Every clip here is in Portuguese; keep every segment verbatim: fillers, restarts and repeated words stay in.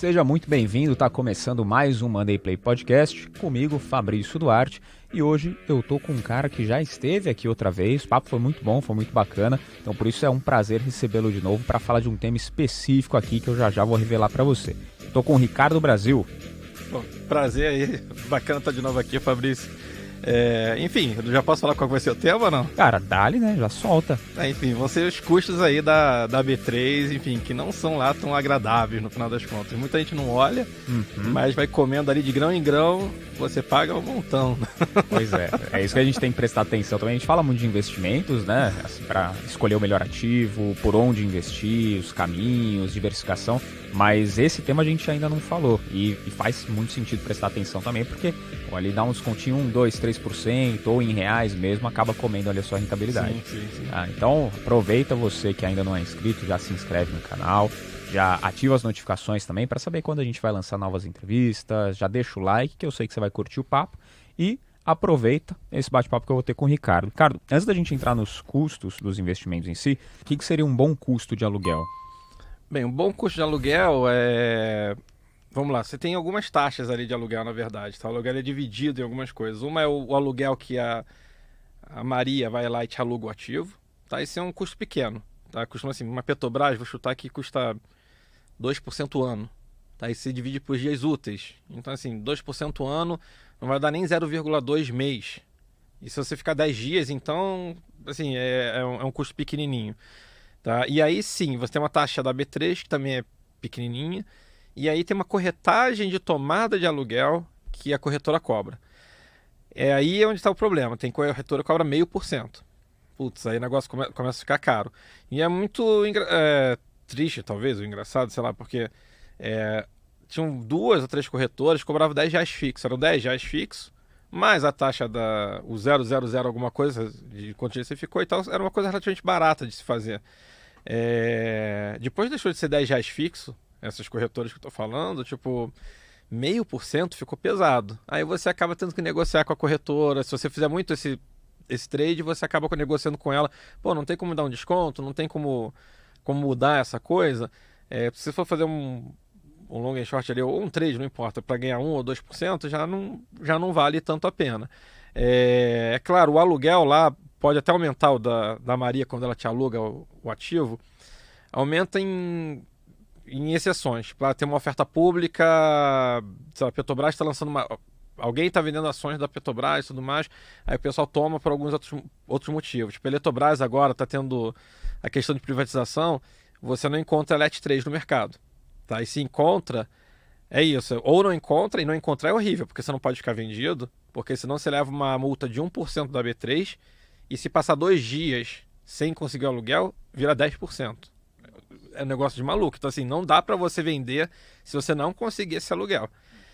Seja muito bem-vindo, está começando mais um Monday Play Podcast, comigo, Fabrício Duarte, e hoje eu tô com um cara que já esteve aqui outra vez, o papo foi muito bom, foi muito bacana, então por isso é um prazer recebê-lo de novo para falar de um tema específico aqui que eu já já vou revelar para você. Tô com o Ricardo Brasil. Bom, prazer aí, bacana estar de novo aqui, Fabrício. É, enfim, eu já posso falar qual vai ser o tema ou não? Cara, dá-lhe, né? Já solta. É, enfim, vão ser os custos aí da, da B três, enfim, que não são lá tão agradáveis no final das contas. Muita gente não olha, uhum. mas vai comendo ali de grão em grão, você paga um montão. Pois é, é isso que a gente tem que prestar atenção também. A gente fala muito de investimentos, né? Assim, para escolher o melhor ativo, por onde investir, os caminhos, diversificação. Mas esse tema a gente ainda não falou e, e faz muito sentido prestar atenção também, porque pô, ali dá um descontinho um, dois, três por cento ou em reais mesmo, acaba comendo ali a sua rentabilidade. Sim, sim, sim. Ah, então aproveita, você que ainda não é inscrito, já se inscreve no canal, já ativa as notificações também para saber quando a gente vai lançar novas entrevistas, já deixa o like que eu sei que você vai curtir o papo e aproveita esse bate-papo que eu vou ter com o Ricardo. Ricardo, antes da gente entrar nos custos dos investimentos em si, o que, que seria um bom custo de aluguel? Bem, um bom custo de aluguel é... Vamos lá, você tem algumas taxas ali de aluguel, na verdade. Tá? O aluguel é dividido em algumas coisas. Uma é o, o aluguel que a, a Maria vai lá e te aluga o ativo. Tá? Esse é um custo pequeno. Tá? Costuma assim, uma Petrobras, vou chutar que custa dois por cento ano. Tá? E se divide por dias úteis. Então, assim, dois por cento ano não vai dar nem zero vírgula dois mês. E se você ficar dez dias, então, assim, é, é, um, é um custo pequenininho. Tá? E aí sim, você tem uma taxa da B três, que também é pequenininha, e aí tem uma corretagem de tomada de aluguel que a corretora cobra. É aí onde está o problema, tem corretora que cobra meio por cento. Putz, aí o negócio come, começa a ficar caro. E é muito é, triste, talvez, ou engraçado, sei lá, porque é, tinham duas ou três corretoras que cobravam dez reais fixo, eram dez reais fixo, mais a taxa da o zero vírgula zero zero alguma coisa de quanto dia você ficou e tal, era uma coisa relativamente barata de se fazer. É... Depois deixou de ser dez reais fixo, essas corretoras que eu tô falando, tipo, meio por cento ficou pesado. Aí você acaba tendo que negociar com a corretora. Se você fizer muito esse, esse trade, você acaba negociando com ela. Pô, não tem como dar um desconto, não tem como, como mudar essa coisa. É, se você for fazer um, um long and short ali, ou um trade, não importa, para ganhar um ou dois por cento, já não, já não vale tanto a pena. É, é claro, o aluguel lá pode até aumentar o da, da Maria quando ela te aluga o, o ativo, aumenta em, em exceções. Para ter uma oferta pública, sei lá, a Petrobras está lançando uma... Alguém está vendendo ações da Petrobras e tudo mais, aí o pessoal toma por alguns outros, outros motivos. Tipo, a Eletrobras agora está tendo a questão de privatização, você não encontra Elet três no mercado. Tá? E se encontra, é isso. Ou não encontra, e não encontrar é horrível, porque você não pode ficar vendido, porque senão você leva uma multa de um por cento da B três, e se passar dois dias sem conseguir o aluguel, vira dez por cento. É um negócio de maluco. Então, assim, não dá para você vender se você não conseguir esse aluguel.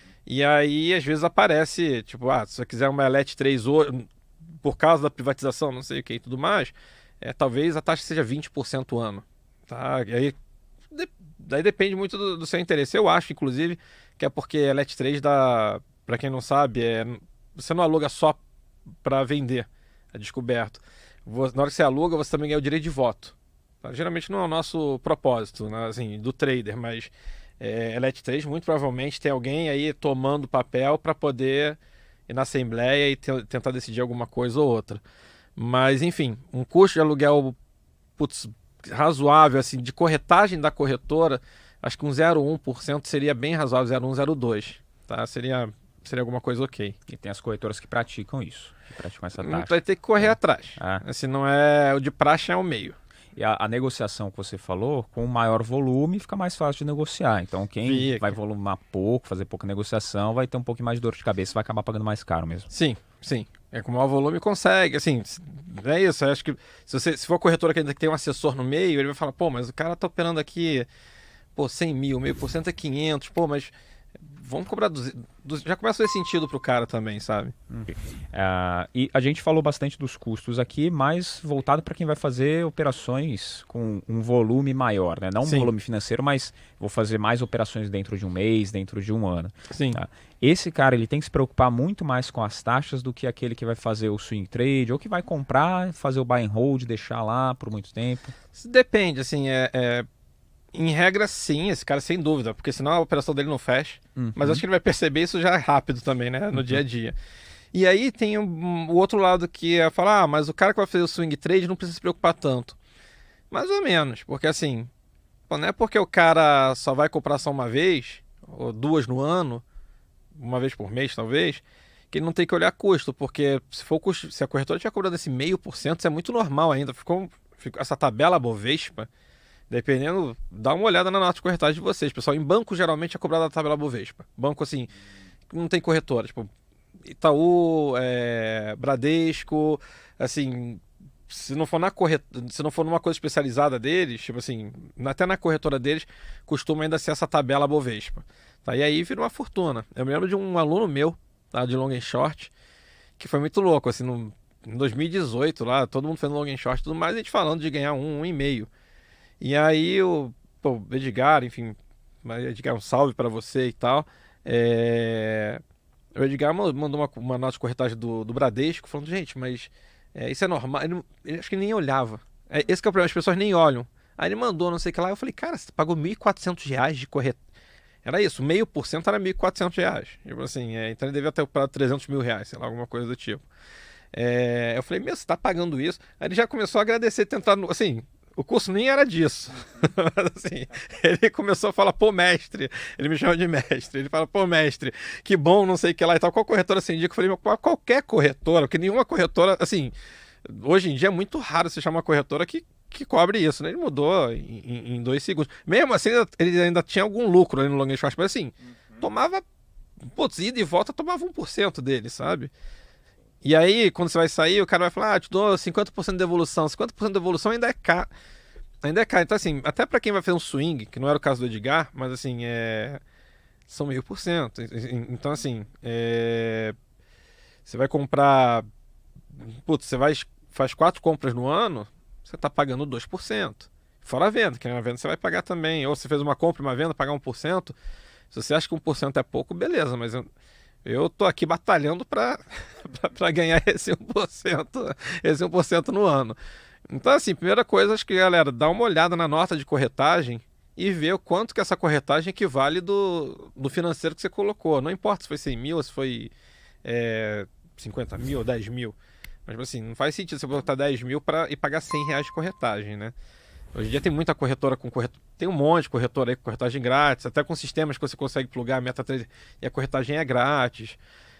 E aí, às vezes, aparece, tipo, ah, se você quiser uma Elet três hoje, por causa da privatização, não sei o que e tudo mais, é, talvez a taxa seja vinte por cento ano. Tá? E aí, de, daí depende muito do, do seu interesse. Eu acho, inclusive, que é porque a Elet três dá, para quem não sabe, é, você não aluga só para vender. É descoberto. Na hora que você aluga, você também ganha o direito de voto. Tá? Geralmente não é o nosso propósito, né? Assim, do trader, mas é, Elet três muito provavelmente tem alguém aí tomando papel para poder ir na assembleia e te, tentar decidir alguma coisa ou outra. Mas, enfim, um custo de aluguel putz, razoável, assim, de corretagem da corretora, acho que um zero vírgula um por cento seria bem razoável, zero vírgula um, zero vírgula dois. Tá? Seria, seria alguma coisa ok. E tem as corretoras que praticam isso. Praticam essa taxa. Vai ter que correr é. atrás. Ah. Se não é o de praxe, é o meio. E a, a negociação que você falou, com maior volume, fica mais fácil de negociar. Então, quem Fica. vai volumar pouco, fazer pouca negociação, vai ter um pouquinho mais de dor de cabeça, vai acabar pagando mais caro mesmo. Sim, sim. É com maior volume consegue. Assim, é isso. Eu acho que se, você, se for corretora que ainda tem um assessor no meio, ele vai falar, pô, mas o cara tá operando aqui, pô, cem mil, meio por cento é quinhentos, pô, mas vamos cobrar duzentos. Já começa a fazer sentido pro cara também, sabe? Hum. Uh, e a gente falou bastante dos custos aqui, mas voltado para quem vai fazer operações com um volume maior, né? Não um Sim. volume financeiro, mas vou fazer mais operações dentro de um mês, dentro de um ano. Sim. Tá? Esse cara, ele tem que se preocupar muito mais com as taxas do que aquele que vai fazer o swing trade ou que vai comprar, fazer o buy and hold, deixar lá por muito tempo. Depende, assim, é... é... Em regra, sim, esse cara sem dúvida, porque senão a operação dele não fecha. Uhum. Mas acho que ele vai perceber isso já rápido também, né? No Uhum. dia a dia. E aí tem o, o outro lado que é falar, ah, mas o cara que vai fazer o swing trade não precisa se preocupar tanto. Mais ou menos, porque assim, pô, não é porque o cara só vai comprar só uma vez, ou duas no ano, uma vez por mês talvez, que ele não tem que olhar custo, porque se for o custo, se a corretora estiver cobrando esse meio por cento, isso é muito normal ainda. Ficou, ficou essa tabela Bovespa. Dependendo, dá uma olhada na nota de corretagem de vocês, pessoal. Em banco, geralmente, é cobrada a tabela Bovespa. Banco, assim, não tem corretora. Tipo, Itaú, é, Bradesco, assim, se não for na corret... se não for numa coisa especializada deles, tipo assim, até na corretora deles, costuma ainda ser essa tabela Bovespa. Tá? E aí vira uma fortuna. Eu me lembro de um aluno meu, tá, de long and short, que foi muito louco, assim, no... em dois mil e dezoito, lá, todo mundo fazendo long and short e tudo mais, a gente falando de ganhar um, um e meio. E aí o pô, Edgar, enfim, Edgar, um salve para você e tal. É... O Edgar mandou uma, uma nota de corretagem do, do Bradesco, falando, gente, mas é, isso é normal. Ele, ele acho que ele nem olhava. É, esse que é o problema, as pessoas nem olham. Aí ele mandou não sei o que lá, eu falei, cara, você pagou mil e quatrocentos reais de corretagem. Era isso, meio por cento era mil e quatrocentos reais. Tipo assim, é, então ele devia ter pagado trezentos mil reais, sei lá, alguma coisa do tipo. É, eu falei, meu, você tá pagando isso? Aí ele já começou a agradecer, tentar, assim... O curso nem era disso. Mas, assim, ele começou a falar, pô, mestre. Ele me chama de mestre. Ele fala, pô, mestre, que bom, não sei o que lá e tal. Qual corretora você indica? Eu falei, qualquer corretora, porque nenhuma corretora, assim, hoje em dia é muito raro você chamar uma corretora que, que cobre isso, né? Ele mudou em, em, em dois segundos. Mesmo assim, ele ainda tinha algum lucro ali no long and short, mas assim, uhum. tomava, putz, ida e volta, tomava um por cento dele, sabe? E aí, quando você vai sair, o cara vai falar, ah, te dou cinquenta por cento de devolução. cinquenta por cento de devolução ainda é caro. Ainda é caro. Então, assim, até para quem vai fazer um swing, que não era o caso do Edgar, mas assim, é... são meio por cento. Então, assim, é... você vai comprar... Putz, você vai... faz quatro compras no ano, você tá pagando dois por cento. Fora a venda, que na venda você vai pagar também. Ou você fez uma compra e uma venda, pagar um por cento. Se você acha que um por cento é pouco, beleza, mas... Eu... Eu tô aqui batalhando para ganhar esse um por cento, esse um por cento no ano. Então, assim, primeira coisa, acho que, galera, dá uma olhada na nota de corretagem e ver o quanto que essa corretagem equivale do, do financeiro que você colocou. Não importa se foi cem mil, se foi é, cinquenta mil ou dez mil. Mas, assim, não faz sentido você botar dez mil pra, e pagar cem reais de corretagem, né? Hoje em dia tem muita corretora com corretor... Tem um monte de corretora aí com corretagem grátis, até com sistemas que você consegue plugar a MetaTrader e a corretagem é grátis.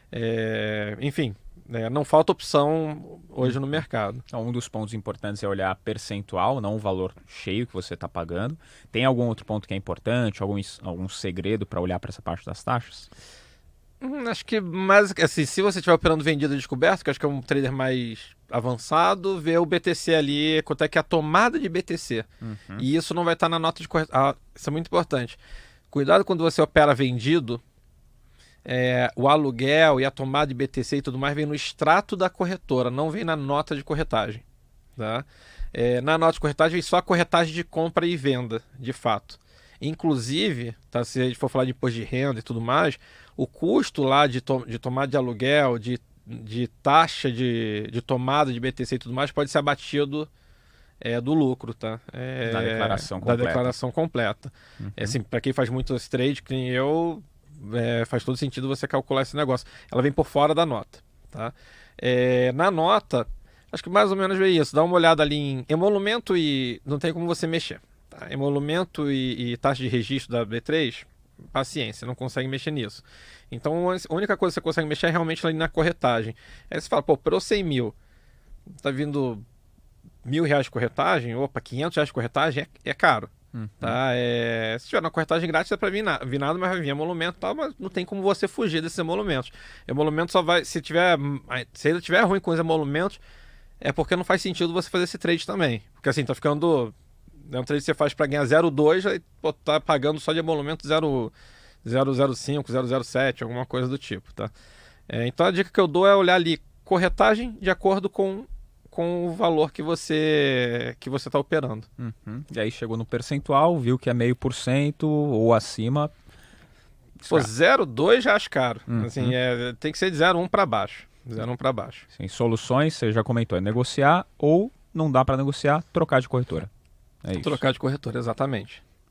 É... Enfim, né? Não falta opção hoje no mercado. Então, um dos pontos importantes é olhar percentual, não o valor cheio que você está pagando. Tem algum outro ponto que é importante, algum, algum segredo para olhar para essa parte das taxas? Hum, acho que mais assim, se você estiver operando vendido e descoberto, que acho que é um trader mais avançado, ver o B T C ali, quanto é que é a tomada de B T C. Uhum. E isso não vai estar na nota de corretagem. Ah, isso é muito importante. Cuidado quando você opera vendido, é, o aluguel e a tomada de B T C e tudo mais vem no extrato da corretora, não vem na nota de corretagem. Tá? É, na nota de corretagem vem só a corretagem de compra e venda, de fato. Inclusive, tá, se a gente for falar de imposto de renda e tudo mais, o custo lá de, to de tomada de aluguel, de, de taxa de, de tomada de B T C e tudo mais, pode ser abatido é, do lucro, tá? É, da declaração da completa. declaração completa. Uhum. É, assim, para quem faz muito esse trade, que nem eu, é, faz todo sentido você calcular esse negócio. Ela vem por fora da nota, tá? É, na nota, acho que mais ou menos é isso. Dá uma olhada ali em emolumento e não tem como você mexer. Tá? Emolumento e, e taxa de registro da B três, paciência, não consegue mexer nisso. Então a única coisa que você consegue mexer é realmente ali na corretagem. Aí você fala, pô, para cem mil, tá vindo mil reais de corretagem, opa, quinhentos reais de corretagem é, é caro. Uhum. Tá? É, se tiver na corretagem grátis, dá para vir, na, vir nada, mas vai vir emolumento e tal, mas não tem como você fugir desses emolumentos. Emolumento só vai, se tiver, se ainda tiver ruim com os emolumentos, é porque não faz sentido você fazer esse trade também. Porque assim, tá ficando... É um trade que você faz para ganhar zero vírgula dois, aí pô, tá pagando só de emolumento zero vírgula zero cinco, zero vírgula zero sete, alguma coisa do tipo, tá? É, então a dica que eu dou é olhar ali corretagem de acordo com, com o valor que você que você está operando. Uhum. E aí chegou no percentual, viu que é meio por cento ou acima. Pô, zero vírgula dois já acho caro. Uhum. Assim, é, tem que ser de zero vírgula um para baixo. zero vírgula um para baixo. Sim, soluções, você já comentou, é negociar ou não dá para negociar, trocar de corretora. É isso. Trocar de corretora, exatamente.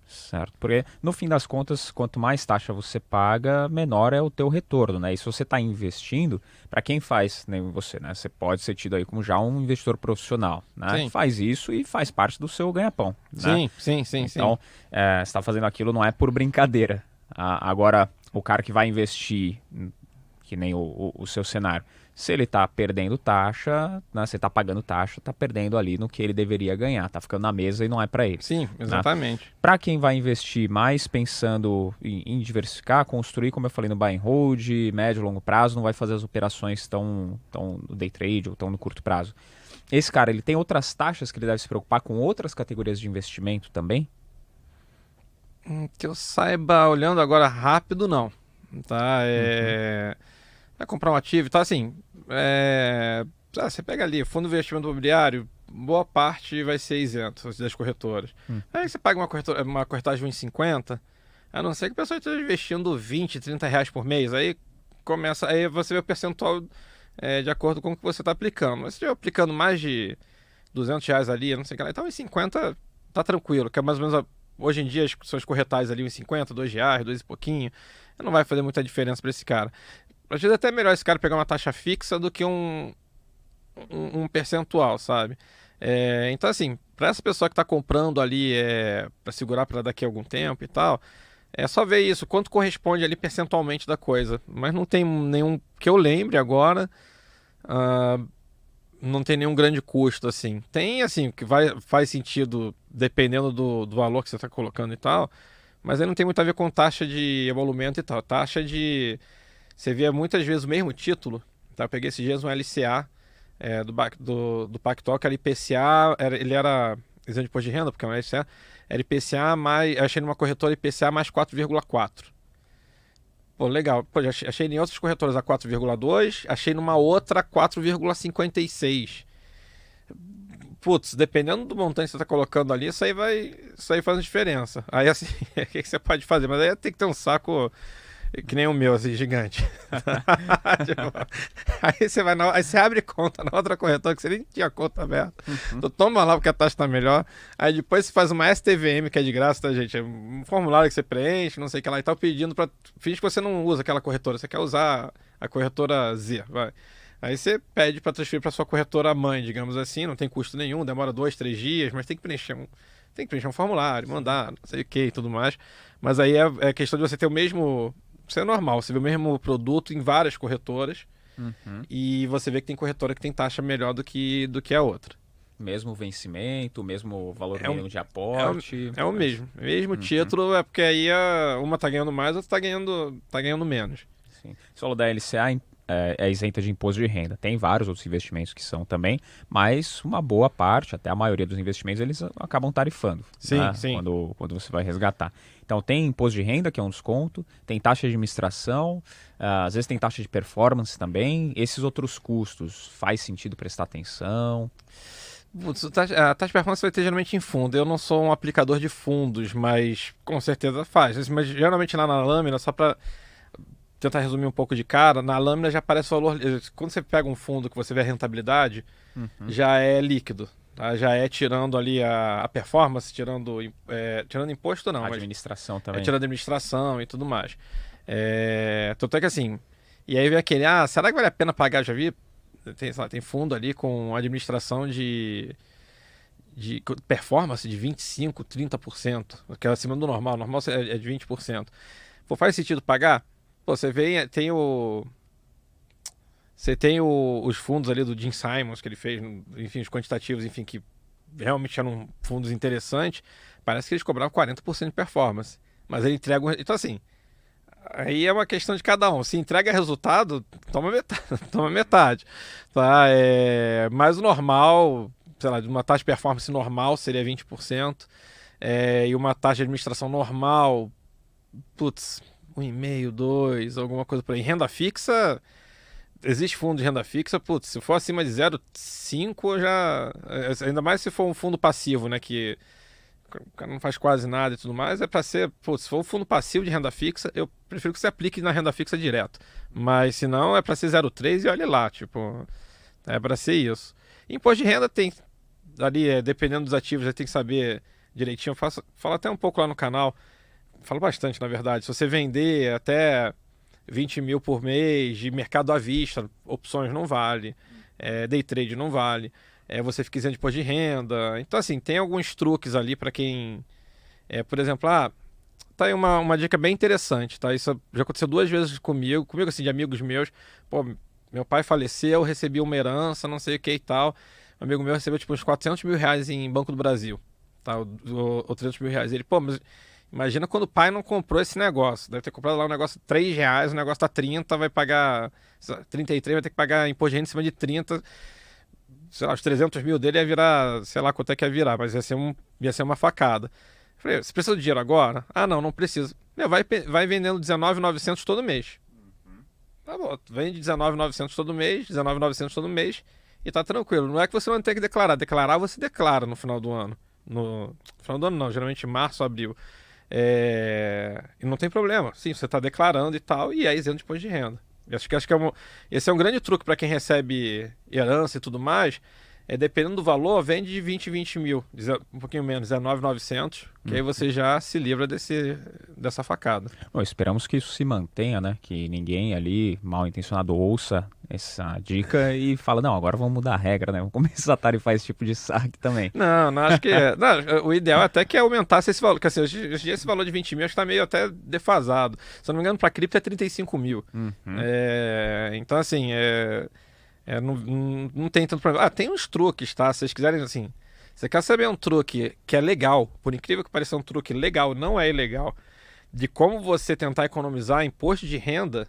Certo, porque no fim das contas, quanto mais taxa você paga, menor é o teu retorno, né? E se você está investindo, para quem faz, nem você, né? Você pode ser tido aí como já um investidor profissional, né? Sim. Faz isso e faz parte do seu ganha-pão, né? Sim, sim, sim, Então, sim. é, você está fazendo aquilo não é por brincadeira. Ah, agora, o cara que vai investir, que nem o, o, o seu cenário, se ele está perdendo taxa, né, você está pagando taxa, está perdendo ali no que ele deveria ganhar, está ficando na mesa e não é para ele. Sim, Né? exatamente. Para quem vai investir mais pensando em, em diversificar, construir, como eu falei, no buy and hold, médio e longo prazo, não vai fazer as operações tão, tão no day trade ou tão no curto prazo. Esse cara, ele tem outras taxas que ele deve se preocupar com outras categorias de investimento também? Hum, Que eu saiba, olhando agora rápido, não. Tá? É... Vai comprar um ativo, tá assim. É... ah, você pega ali, fundo de investimento imobiliário, boa parte vai ser isento das corretoras. Hum. Aí você paga uma, corretora, uma corretagem de um e cinquenta, a não ser que a pessoa esteja investindo vinte, trinta reais por mês. Aí começa, aí você vê o percentual é, de acordo com o que você está aplicando. Mas se estiver aplicando mais de duzentos reais ali, não sei o que lá, então um e cinquenta tá tranquilo, que é mais ou menos a, hoje em dia as, são as corretagens ali um e cinquenta, dois reais, dois e pouquinho. Não vai fazer muita diferença para esse cara. Às vezes é até melhor esse cara pegar uma taxa fixa do que um, um, um percentual, sabe? É, então, assim, para essa pessoa que está comprando ali é, para segurar para daqui a algum tempo e tal, é só ver isso, quanto corresponde ali percentualmente da coisa. Mas não tem nenhum que eu lembre agora, ah, não tem nenhum grande custo, assim. Tem, assim, que vai, faz sentido dependendo do, do valor que você está colocando e tal, mas aí não tem muito a ver com taxa de emolumento e tal. Taxa de. Você vê muitas vezes o mesmo título, tá? Eu peguei esses dias um L C A é, do, Bac- do, do Pactual, que era I P C A, era, ele era isento de imposto de renda, porque é um L C A, era I P C A mais, eu achei numa corretora I P C A mais quatro vírgula quatro. Pô, legal. Pô, já achei, achei em outras corretoras a quatro vírgula dois, achei numa outra quatro vírgula cinquenta e seis. Putz, dependendo do montante que você tá colocando ali, isso aí vai, isso aí faz diferença. Aí assim, o que que você pode fazer? Mas aí tem que ter um saco que nem o meu, assim, gigante. Tipo, aí você vai na, aí você abre conta na outra corretora que você nem tinha conta aberta. Tu toma lá porque a taxa tá melhor. Aí depois você faz uma S T V M, que é de graça, tá, gente? É um formulário que você preenche, não sei o que lá e tal, pedindo pra. Finge que você não usa aquela corretora, você quer usar a corretora Z, vai. Aí você pede para transferir para sua corretora mãe, digamos assim, não tem custo nenhum, demora dois, três dias, mas tem que preencher um, tem que preencher um formulário, mandar, não sei o que e tudo mais. Mas aí é, é questão de você ter o mesmo, isso é normal, você vê o mesmo produto em várias corretoras Uhum. e você vê que tem corretora que tem taxa melhor do que, do que a outra. Mesmo vencimento, mesmo valor É o, mínimo de é o, aporte. é o mas- mesmo, mesmo Uhum. título, é porque aí a, uma tá ganhando mais, a outra tá ganhando, tá ganhando menos. Sim. Você falou da L C A, é, é isenta de imposto de renda. Tem vários outros investimentos que são também, mas uma boa parte, até a maioria dos investimentos, eles acabam tarifando. Sim, Né? sim. Quando, quando você vai resgatar. Então tem imposto de renda, que é um desconto, tem taxa de administração, ah, às vezes tem taxa de performance também. Esses outros custos, faz sentido prestar atenção? Putz, a taxa a taxa de performance vai ter geralmente em fundo. Eu não sou um aplicador de fundos, mas com certeza faz. Mas geralmente lá na lâmina, só para tentar resumir um pouco de cara, na lâmina já aparece o valor. Quando você pega um fundo que você vê a rentabilidade, Uhum. já é líquido. Tá? Já é tirando ali a, a performance, tirando, é, tirando imposto não, A mas administração é também. tirando a administração e tudo mais. É, tanto é que assim. E aí vem aquele, ah, será que vale a pena pagar? Já vi. Tem, sei lá, tem fundo ali com administração de, de performance de vinte e cinco, trinta por cento, que é acima do normal. O normal é é de vinte por cento. Pô, faz sentido pagar? Pô, você vem, tem o. Você tem o- os fundos ali do Jim Simons que ele fez, enfim, os quantitativos, enfim, que realmente eram fundos interessantes. Parece que eles cobravam quarenta por cento de performance. Mas ele entrega. um- Então, assim, aí é uma questão de cada um. Se entrega resultado, toma metade. Toma metade, tá? É... Mas o normal, sei lá, de uma taxa de performance normal seria vinte por cento. É... E uma taxa de administração normal, putz, um e meio, dois, alguma coisa por aí. Renda fixa, existe fundo de renda fixa, putz, se for acima de zero vírgula cinco, eu já. é, Ainda mais se for um fundo passivo, né? Que o cara não faz quase nada e tudo mais, é para ser, pô, se for um fundo passivo de renda fixa, eu prefiro que você aplique na renda fixa direto. Mas se não, é para ser zero vírgula três e olhe lá, tipo, é para ser isso. Imposto de renda tem ali, é, dependendo dos ativos, você tem que saber direitinho, eu faço, falo até um pouco lá no canal, falo bastante, na verdade. Se você vender até vinte mil por mês de mercado à vista, opções não vale, é, day trade não vale, é, você fica isento de imposto de renda. Então, assim, tem alguns truques ali para quem, é, por exemplo, ah, tá aí uma, uma dica bem interessante, tá? Isso já aconteceu duas vezes comigo, comigo assim, de amigos meus. Pô, meu pai faleceu, recebi uma herança, não sei o que e tal. Um amigo meu recebeu tipo uns quatrocentos mil reais em Banco do Brasil, tá? Ou, ou, ou trezentos mil reais. Ele, pô, mas imagina quando o pai não comprou esse negócio. Deve ter comprado lá um negócio três reais, o negócio tá trinta, vai pagar trinta e três, vai ter que pagar imposto de renda em cima de trinta. Sei lá, os trezentos mil dele ia virar, sei lá quanto é que ia virar, mas ia ser, um, ia ser uma facada. Falei, você precisa de dinheiro agora? Ah, não, não precisa. Meu, vai, vai vendendo dezenove mil e novecentos todo mês. Uhum. Tá bom, vende dezenove mil e novecentos todo mês, dezenove mil e novecentos todo mês e tá tranquilo. Não é que você não tem que declarar. Declarar, você declara no final do ano. No, no final do ano não, geralmente março, abril. É... E não tem problema. Sim, você está declarando e tal, e é isento de imposto de renda. Eu acho que, acho que é um... esse é um grande truque para quem recebe herança e tudo mais. É, dependendo do valor, vende de vinte, vinte mil, um pouquinho menos, dezenove mil e novecentos, que hum. aí você já se livra desse, dessa facada. Bom, esperamos que isso se mantenha, né? Que ninguém ali, mal intencionado, ouça essa dica e fala, não, agora vamos mudar a regra, né? Vamos começar a tarifar esse tipo de saque também. Não, não, acho que... não, o ideal até que é aumentasse esse valor, porque assim, hoje, hoje esse valor de vinte mil acho que está meio até defasado. Se eu não me engano, para cripto é trinta e cinco mil. Uhum. É, então, assim, é... É, não, não, não tem tanto problema. Ah, tem uns truques, tá? Se vocês quiserem, assim... Você quer saber um truque que é legal, por incrível que pareça um truque legal, não é ilegal, de como você tentar economizar imposto de renda,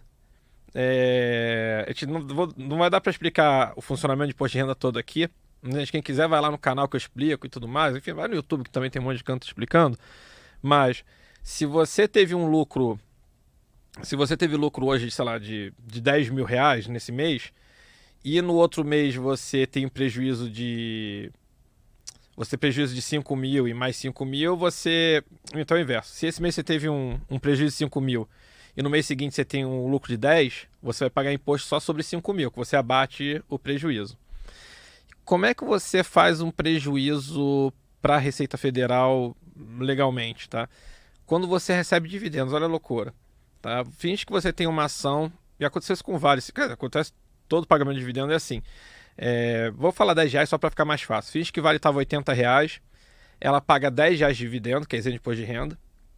é... Eu te, não, vou, não vai dar para explicar o funcionamento de imposto de renda todo aqui. Quem quiser vai lá no canal que eu explico e tudo mais. Enfim, vai no YouTube que também tem um monte de canto explicando. Mas, se você teve um lucro... Se você teve lucro hoje, sei lá, de, de dez mil reais nesse mês... E no outro mês você tem prejuízo de... Você tem prejuízo de cinco mil e mais cinco mil, você... Então é o inverso. Se esse mês você teve um, um prejuízo de cinco mil e no mês seguinte você tem um lucro de dez, você vai pagar imposto só sobre cinco mil, que você abate o prejuízo. Como é que você faz um prejuízo para a Receita Federal legalmente, tá? Quando você recebe dividendos, olha a loucura, tá? Finge que você tem uma ação, e aconteceu isso com vários... Acontece... Todo pagamento de dividendo é assim. É, vou falar dez reais só para ficar mais fácil. Finge que Vale estava oitenta reais. Ela paga dez reais de dividendo, que é isento de imposto de renda.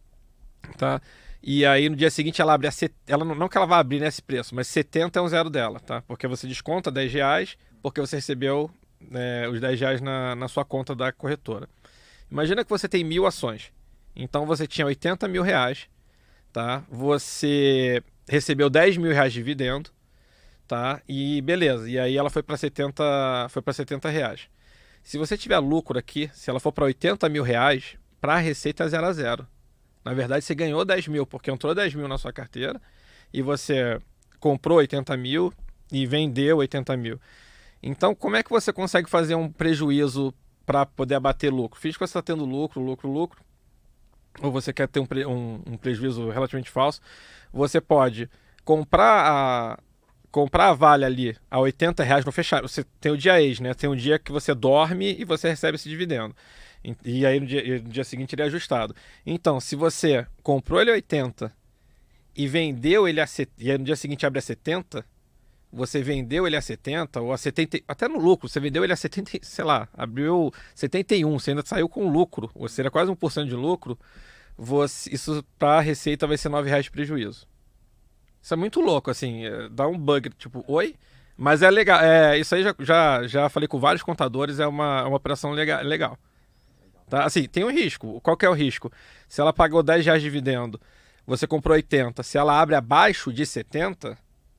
Tá? E aí no dia seguinte ela abre a... Set... ela não, não que ela vá abrir nesse preço, mas setenta é um zero dela. Tá? Porque você desconta dez reais porque você recebeu é, os dez reais na, na sua conta da corretora. Imagina que você tem mil ações. Então você tinha oitenta mil reais. Tá? Você recebeu dez mil reais de dividendo. Tá? E beleza, e aí ela foi para setenta, foi para setenta reais. Se você tiver lucro aqui, se ela for para oitenta mil reais, para a receita é zero a zero. Na verdade, você ganhou dez mil, porque entrou dez mil na sua carteira e você comprou oitenta mil e vendeu oitenta mil. Então, como é que você consegue fazer um prejuízo para poder abater lucro? Finge que você está tendo lucro, lucro, lucro, ou você quer ter um, pre... um, um prejuízo relativamente falso. Você pode comprar a comprar a Vale ali a oitenta reais no fechamento. Você tem o dia ex, né? Tem um dia que você dorme e você recebe esse dividendo. E aí no dia, no dia seguinte ele é ajustado. Então, se você comprou ele a oitenta e vendeu ele a setenta, e aí no dia seguinte abre a setenta, você vendeu ele a setenta ou a setenta, até no lucro, você vendeu ele a setenta, sei lá, abriu setenta e um, você ainda saiu com lucro, ou seja, quase um por cento de lucro, você, isso para a receita vai ser nove reais de prejuízo. Isso é muito louco, assim, é, dá um bug, tipo, oi? Mas é legal, é, isso aí já, já, já falei com vários contadores, é uma, uma operação legal, legal. Tá? Assim, tem um risco. Qual que é o risco? Se ela pagou dez reais de dividendo, você comprou oitenta, se ela abre abaixo de setenta,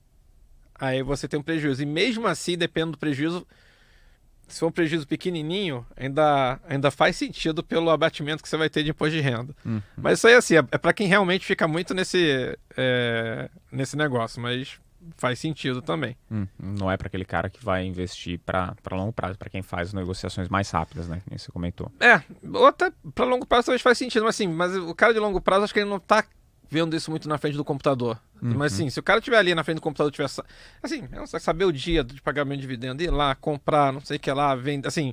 aí você tem um prejuízo. E mesmo assim, depende do prejuízo, se for um prejuízo pequenininho, ainda, ainda faz sentido pelo abatimento que você vai ter de imposto de renda. Uhum. Mas isso aí, assim, é, é para quem realmente fica muito nesse, é, nesse negócio, mas faz sentido também. Hum, não é para aquele cara que vai investir para longo prazo, para quem faz negociações mais rápidas, né? Que você comentou. É, ou até para longo prazo talvez faz sentido, mas assim, mas o cara de longo prazo, acho que ele não tá vendo isso muito na frente do computador. Uhum. Mas assim, se o cara estiver ali na frente do computador, tiver assim, não sei, saber o dia de pagamento de dividendo, ir lá, comprar, não sei o que lá, vender, assim,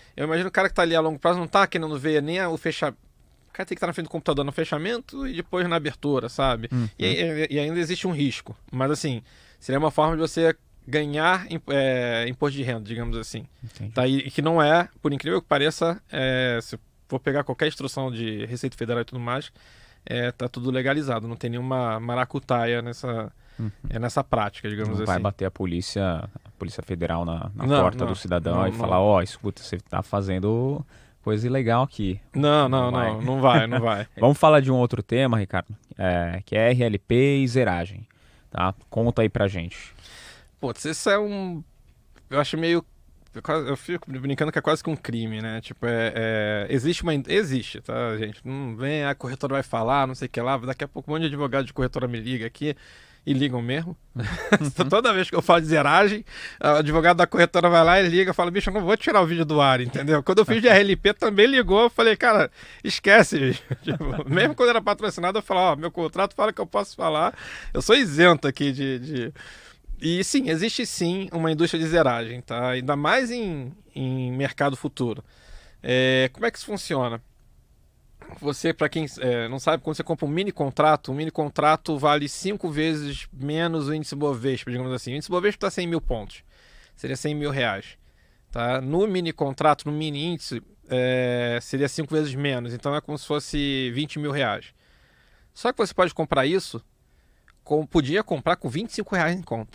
Eu imagino o cara que tá ali a longo prazo não tá querendo ver nem o fechamento. O cara tem que estar na frente do computador no fechamento e depois na abertura, sabe? Uhum. E, e- e ainda existe um risco. Mas assim, seria uma forma de você ganhar im- é, imposto de renda, digamos assim. Entendi. Tá? E, e que não é, por incrível que pareça, é, se for pegar qualquer instrução de Receita Federal e tudo mais, é, tá tudo legalizado. Não tem nenhuma maracutaia nessa, Uhum. é, nessa prática, digamos Não assim. vai bater a polícia, a polícia federal na, na Não, porta não, do cidadão não, e não. falar, ó, escuta, você tá fazendo coisa ilegal aqui. Não, não, Não vai. não, não vai, não vai. Vamos falar de um outro tema, Ricardo, é, que é R L P e zeragem, tá? Conta aí pra gente. Putz, isso é um. Eu acho meio. Eu quase- eu fico brincando que é quase que um crime, né? Tipo, é, é- existe uma. in- Existe, tá, gente? Não vem, a corretora vai falar, não sei o que lá. Daqui a pouco um monte de advogado de corretora me liga aqui e ligam mesmo. Toda vez que eu falo de zeragem, o advogado da corretora vai lá e liga. Eu falo, bicho, eu não vou tirar o vídeo do ar, entendeu? Quando eu fiz de R L P também ligou. Eu falei, cara, esquece, bicho. Tipo, mesmo quando era patrocinado, eu falava, ó, meu contrato fala que eu posso falar. Eu sou isento aqui de... de... E sim, existe sim uma indústria de zeragem, tá? Ainda mais em, em mercado futuro. É, como é que isso funciona? Você, para quem é, não sabe, quando você compra um mini contrato, um mini contrato vale cinco vezes menos o índice Bovespa, digamos assim. O índice Bovespa está cem mil pontos, seria cem mil reais. Tá? No mini contrato, no mini índice, é, seria cinco vezes menos, então é como se fosse vinte mil reais. Só que você pode comprar isso, com, podia comprar com vinte e cinco reais em conta.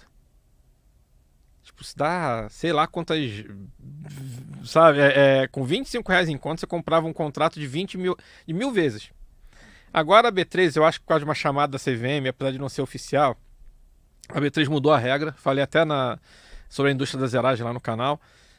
Tipo, se dá, sei lá quantas. Sabe, é, é, com vinte e cinco reais em conta, você comprava um contrato de vinte mil, de mil vezes. Agora a B três, eu acho que por causa de uma chamada da C V M, apesar de não ser oficial, a B três mudou a regra. Falei até na, sobre a indústria da zeragem lá no canal.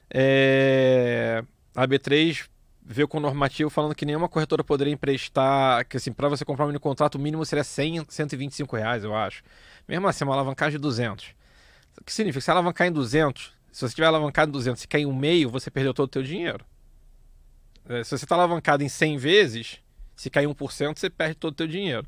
É, a B três veio com um normativo falando que nenhuma corretora poderia emprestar, que assim, para você comprar um mini contrato, o mínimo seria cem, cento e vinte e cinco reais, eu acho. Mesmo assim, uma alavancagem de duzentos. O que significa? Se alavancar em duzentos, se você tiver alavancado em duzentos e cair em um meio, você perdeu todo o teu dinheiro. É, se você está alavancado em cem vezes, se cair um por cento, você perde todo o teu dinheiro.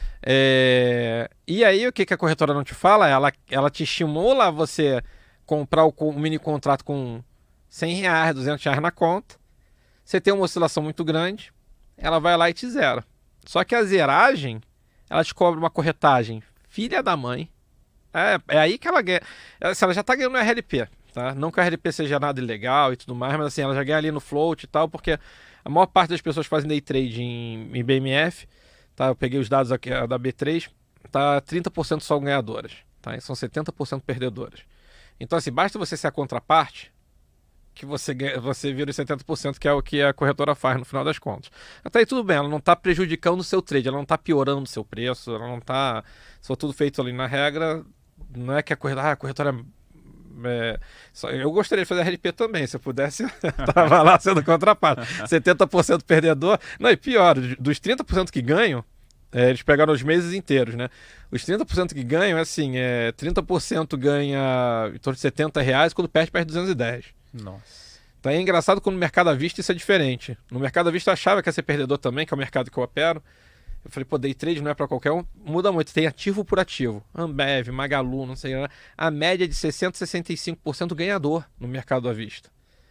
É, e aí, o que, que a corretora não te fala? Ela, ela te estimula a você comprar o, o mini contrato com cem reais, duzentos reais na conta. Você tem uma oscilação muito grande, ela vai lá e te zera. Só que a zeragem, ela te cobra uma corretagem filha da mãe. É, é aí que ela ganha. Ela, ela já tá ganhando no R L P, tá? Não que o R L P seja nada ilegal e tudo mais, mas assim, ela já ganha ali no float e tal, porque a maior parte das pessoas fazem day trade em, em B M F, tá? Eu peguei os dados aqui da B três, tá trinta por cento só ganhadoras, tá? E são setenta por cento perdedoras. Então, assim, basta você ser a contraparte que você, ganha, você vira os setenta por cento, que é o que a corretora faz no final das contas. Até aí tudo bem, ela não está prejudicando o seu trade, ela não está piorando o seu preço, ela não está... Se for tudo feito ali na regra, não é que a corretora... Ah, a corretora é, só, eu gostaria de fazer R L P também, se eu pudesse, tava lá sendo contraparte. setenta por cento perdedor. Não, e pior, dos trinta por cento que ganham, é, eles pegaram os meses inteiros, né? Os trinta por cento que ganham, é assim, é, trinta por cento ganha em torno de setenta reais, quando perde, perde duzentos e dez. Nossa. Então é engraçado quando no mercado à vista isso é diferente. No mercado à vista eu achava que ia ser perdedor também, que é o mercado que eu opero. Eu falei, pô, day trade não é para qualquer um. Muda muito, tem ativo por ativo. Ambev, Magalu, não sei lá. A média é de sessenta a sessenta e cinco por cento ganhador no mercado à vista.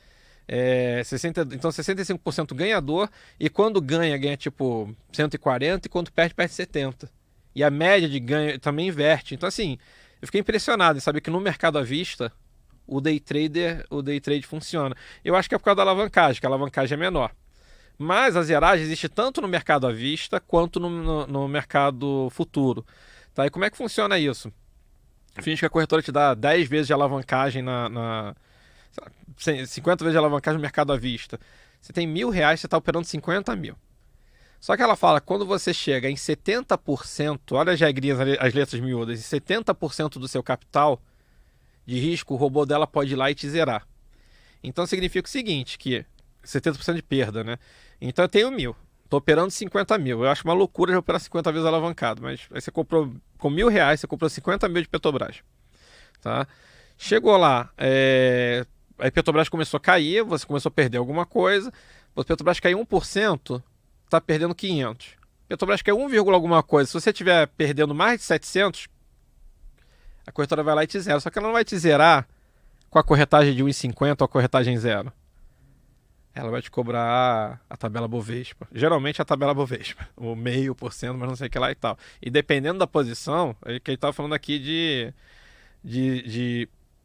É, sessenta, então sessenta e cinco por cento ganhador, e quando ganha, ganha tipo cento e quarenta, e quando perde, perde setenta. E a média de ganho também inverte. Então assim, eu fiquei impressionado em saber que no mercado à vista o day trader, o day trade funciona. Eu acho que é por causa da alavancagem, que a alavancagem é menor. Mas a zeragem existe tanto no mercado à vista quanto no, no, no mercado futuro. Tá? E como é que funciona isso? Finge que a corretora te dá dez vezes de alavancagem na, na cinquenta vezes de alavancagem no mercado à vista. Você tem mil reais, você está operando cinquenta mil. Só que ela fala, quando você chega em setenta por cento, olha as regrinhas, as letras miúdas, em setenta por cento do seu capital de risco, o robô dela pode ir lá e te zerar. Então significa o seguinte, que setenta por cento de perda, né? Então eu tenho mil, estou operando cinquenta mil. Eu acho uma loucura já operar cinquenta vezes alavancado, mas aí você comprou com mil reais, você comprou cinquenta mil de Petrobras, tá? Chegou lá, é... aí Petrobras começou a cair, você começou a perder alguma coisa, o Petrobras caiu um por cento, está perdendo quinhentos. Petrobras caiu um, alguma coisa, se você estiver perdendo mais de setecentos, a corretora vai lá e te zera. Só que ela não vai te zerar com a corretagem de um vírgula cinquenta ou a corretagem zero. ela vai te cobrar a tabela Bovespa. Geralmente a tabela Bovespa, o meio por cento, mas não sei o que lá e tal. E dependendo da posição, é que ele tava falando aqui de... de, de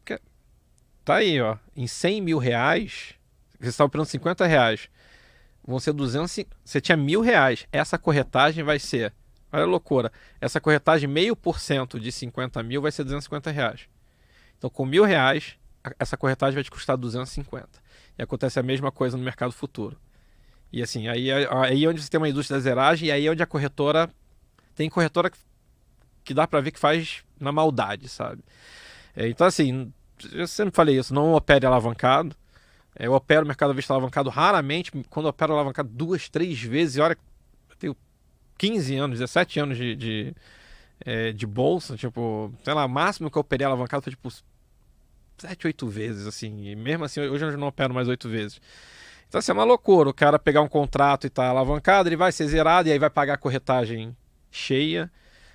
tá aí, ó, em cem mil reais, você está operando cinquenta reais, vão ser duzentos, você tinha mil reais, essa corretagem vai ser, olha a loucura, essa corretagem meio por cento de cinquenta mil vai ser duzentos e cinquenta reais. Então com mil reais, essa corretagem vai te custar duzentos e cinquenta. E acontece a mesma coisa no mercado futuro. E assim, aí é aí onde você tem uma indústria da zeragem, e aí é onde a corretora, tem corretora que, que dá para ver que faz na maldade, sabe? É, então assim, eu sempre falei isso, não opere alavancado. Eu opero o mercado à vista alavancado raramente. Quando eu opero alavancado duas, três vezes, e olha, eu tenho quinze anos, dezessete anos de, de, é, de bolsa, tipo, sei lá, o máximo que eu operei alavancado foi tipo sete, oito vezes, assim, e mesmo assim, hoje eu não opero mais oito vezes. Então, assim, é uma loucura o cara pegar um contrato e tá alavancado, ele vai ser zerado e aí vai pagar a corretagem cheia.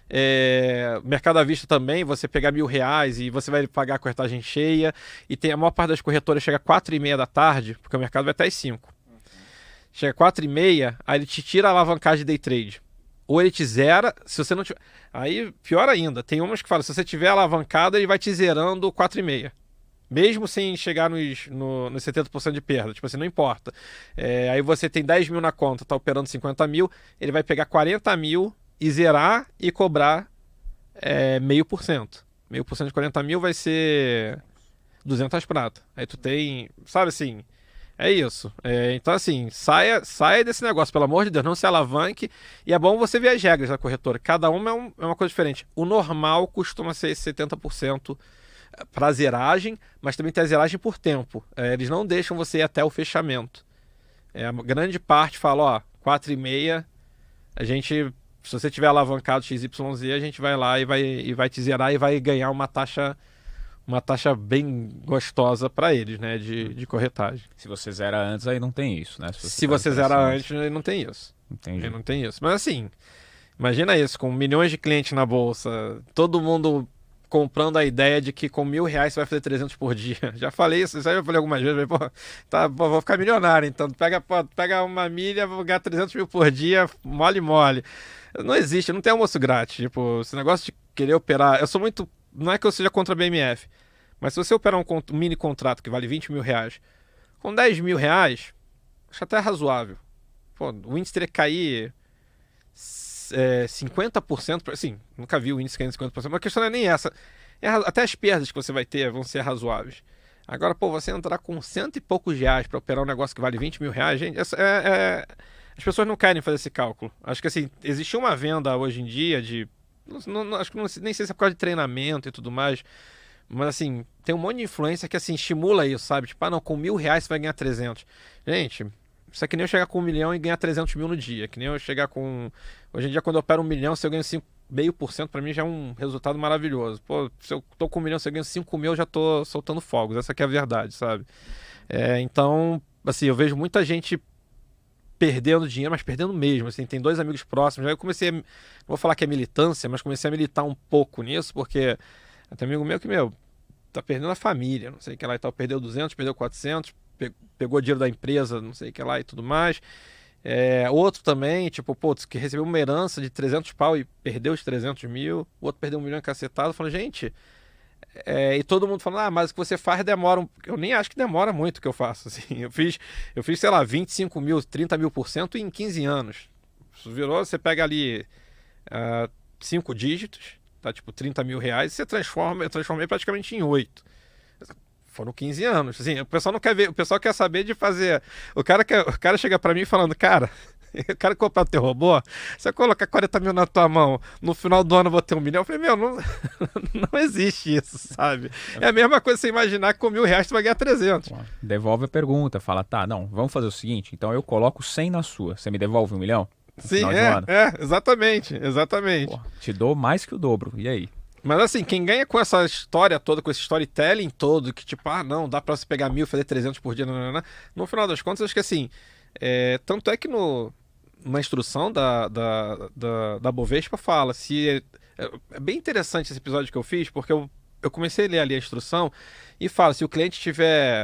É, mercado à vista também, você pegar mil reais e você vai pagar a corretagem cheia, e tem a maior parte das corretoras chega às quatro e meia da tarde, porque o mercado vai até às cinco. Chega às quatro e meia, aí ele te tira a alavancagem de day trade. Ou ele te zera, se você não tiver... Aí, pior ainda, tem umas que falam, se você tiver alavancado, ele vai te zerando quatro e meia. Mesmo sem chegar nos, no, nos setenta por cento de perda. Tipo assim, não importa. É, aí você tem dez mil na conta, tá operando cinquenta mil, ele vai pegar quarenta mil e zerar e cobrar é, meio por cento. Meio por cento de quarenta mil vai ser duzentas prata. Aí tu tem, sabe assim, é isso. É, então assim, saia, saia desse negócio, pelo amor de Deus, não se alavanque. E é bom você ver as regras da corretora. Cada uma é, um, é uma coisa diferente. O normal costuma ser setenta por cento para zeragem, mas também tem a zeragem por tempo. É, eles não deixam você ir até o fechamento. É, a grande parte fala, ó, quatro e meia, a gente, se você tiver alavancado X Y Z, a gente vai lá e vai, e vai te zerar e vai ganhar uma taxa, uma taxa bem gostosa para eles, né, de, de corretagem. Se você zera antes, aí não tem isso, né? Se você, se tá você zera antes, aí não tem isso. Entendi. Aí não tem isso. Mas assim, imagina isso, com milhões de clientes na bolsa, todo mundo comprando a ideia de que com mil reais você vai fazer trezentos por dia. Já falei isso, já falei algumas vezes, pô, tá, pô, vou ficar milionário, então pega, pô, pega uma milha, vou ganhar trezentos mil por dia, mole mole. Não existe, não tem almoço grátis. Tipo, esse negócio de querer operar, eu sou muito, não é que eu seja contra a B M F, mas se você operar um, um mini contrato que vale vinte mil reais, com dez mil reais, acho até razoável. Pô, o índice teria que cair É, cinquenta por cento, assim, nunca vi o índice caindo cinquenta por cento, mas a questão não é nem essa. É, até as perdas que você vai ter vão ser razoáveis. Agora, pô, você entrar com cento e poucos reais para operar um negócio que vale vinte mil reais, gente, essa, é, é, as pessoas não querem fazer esse cálculo. Acho que, assim, existe uma venda hoje em dia de... Não, não, acho que não, nem sei se é por causa de treinamento e tudo mais, mas, assim, tem um monte de influência que, assim, estimula isso, sabe? Tipo, ah, não, com mil reais você vai ganhar trezentos. Gente... Isso é que nem eu chegar com um milhão e ganhar trezentos mil no dia. Que nem eu chegar com... Hoje em dia, quando eu opero um milhão, se eu ganho cinco vírgula cinco por cento, para mim já é um resultado maravilhoso. Pô, se eu tô com um milhão, se eu ganho cinco mil, eu já tô soltando fogos. Essa aqui é a verdade, sabe? É, então, assim, eu vejo muita gente perdendo dinheiro, mas perdendo mesmo. Assim, tem dois amigos próximos. Aí eu comecei, a, não vou falar que é militância, mas comecei a militar um pouco nisso, porque tem amigo meu que, meu, tá perdendo a família, não sei o que lá e tal. Perdeu duzentos, perdeu quatrocentos, pegou dinheiro da empresa, não sei o que lá e tudo mais. É, outro também, tipo, pô, que recebeu uma herança de trezentos pau e perdeu os trezentos mil. O outro perdeu um milhão cacetado. Falando, gente... É, e todo mundo falando, ah, mas o que você faz demora... Um... Eu nem acho que demora muito o que eu faço, assim. Eu fiz, eu fiz, sei lá, vinte e cinco mil, trinta mil por cento em quinze anos. Isso virou, você pega ali uh, cinco dígitos, tá, tipo, trinta mil reais, e você transforma, eu transformei praticamente em oito. Foram quinze anos. Assim, o pessoal não quer ver, o pessoal quer saber de fazer. O cara, quer, o cara chega pra mim falando, cara, eu quero comprar o teu robô, você colocar quarenta mil na tua mão, no final do ano eu vou ter um milhão. Eu falei, meu, não, não existe isso, sabe? É a mesma coisa você imaginar que com mil reais você vai ganhar trezentos. Devolve a pergunta, fala, tá, não, vamos fazer o seguinte, então eu coloco cem na sua, você me devolve um milhão? Sim, é, é, exatamente, exatamente. Pô, te dou mais que o dobro, e aí? Mas assim, quem ganha com essa história toda, com esse storytelling todo, que tipo, ah, não, dá pra você pegar mil, fazer trezentos por dia, não, não, não. No final das contas, acho que assim, é, tanto é que no, na instrução da, da, da, da Bovespa fala, se é, é bem interessante esse episódio que eu fiz, porque eu, eu comecei a ler ali a instrução e fala, se o cliente tiver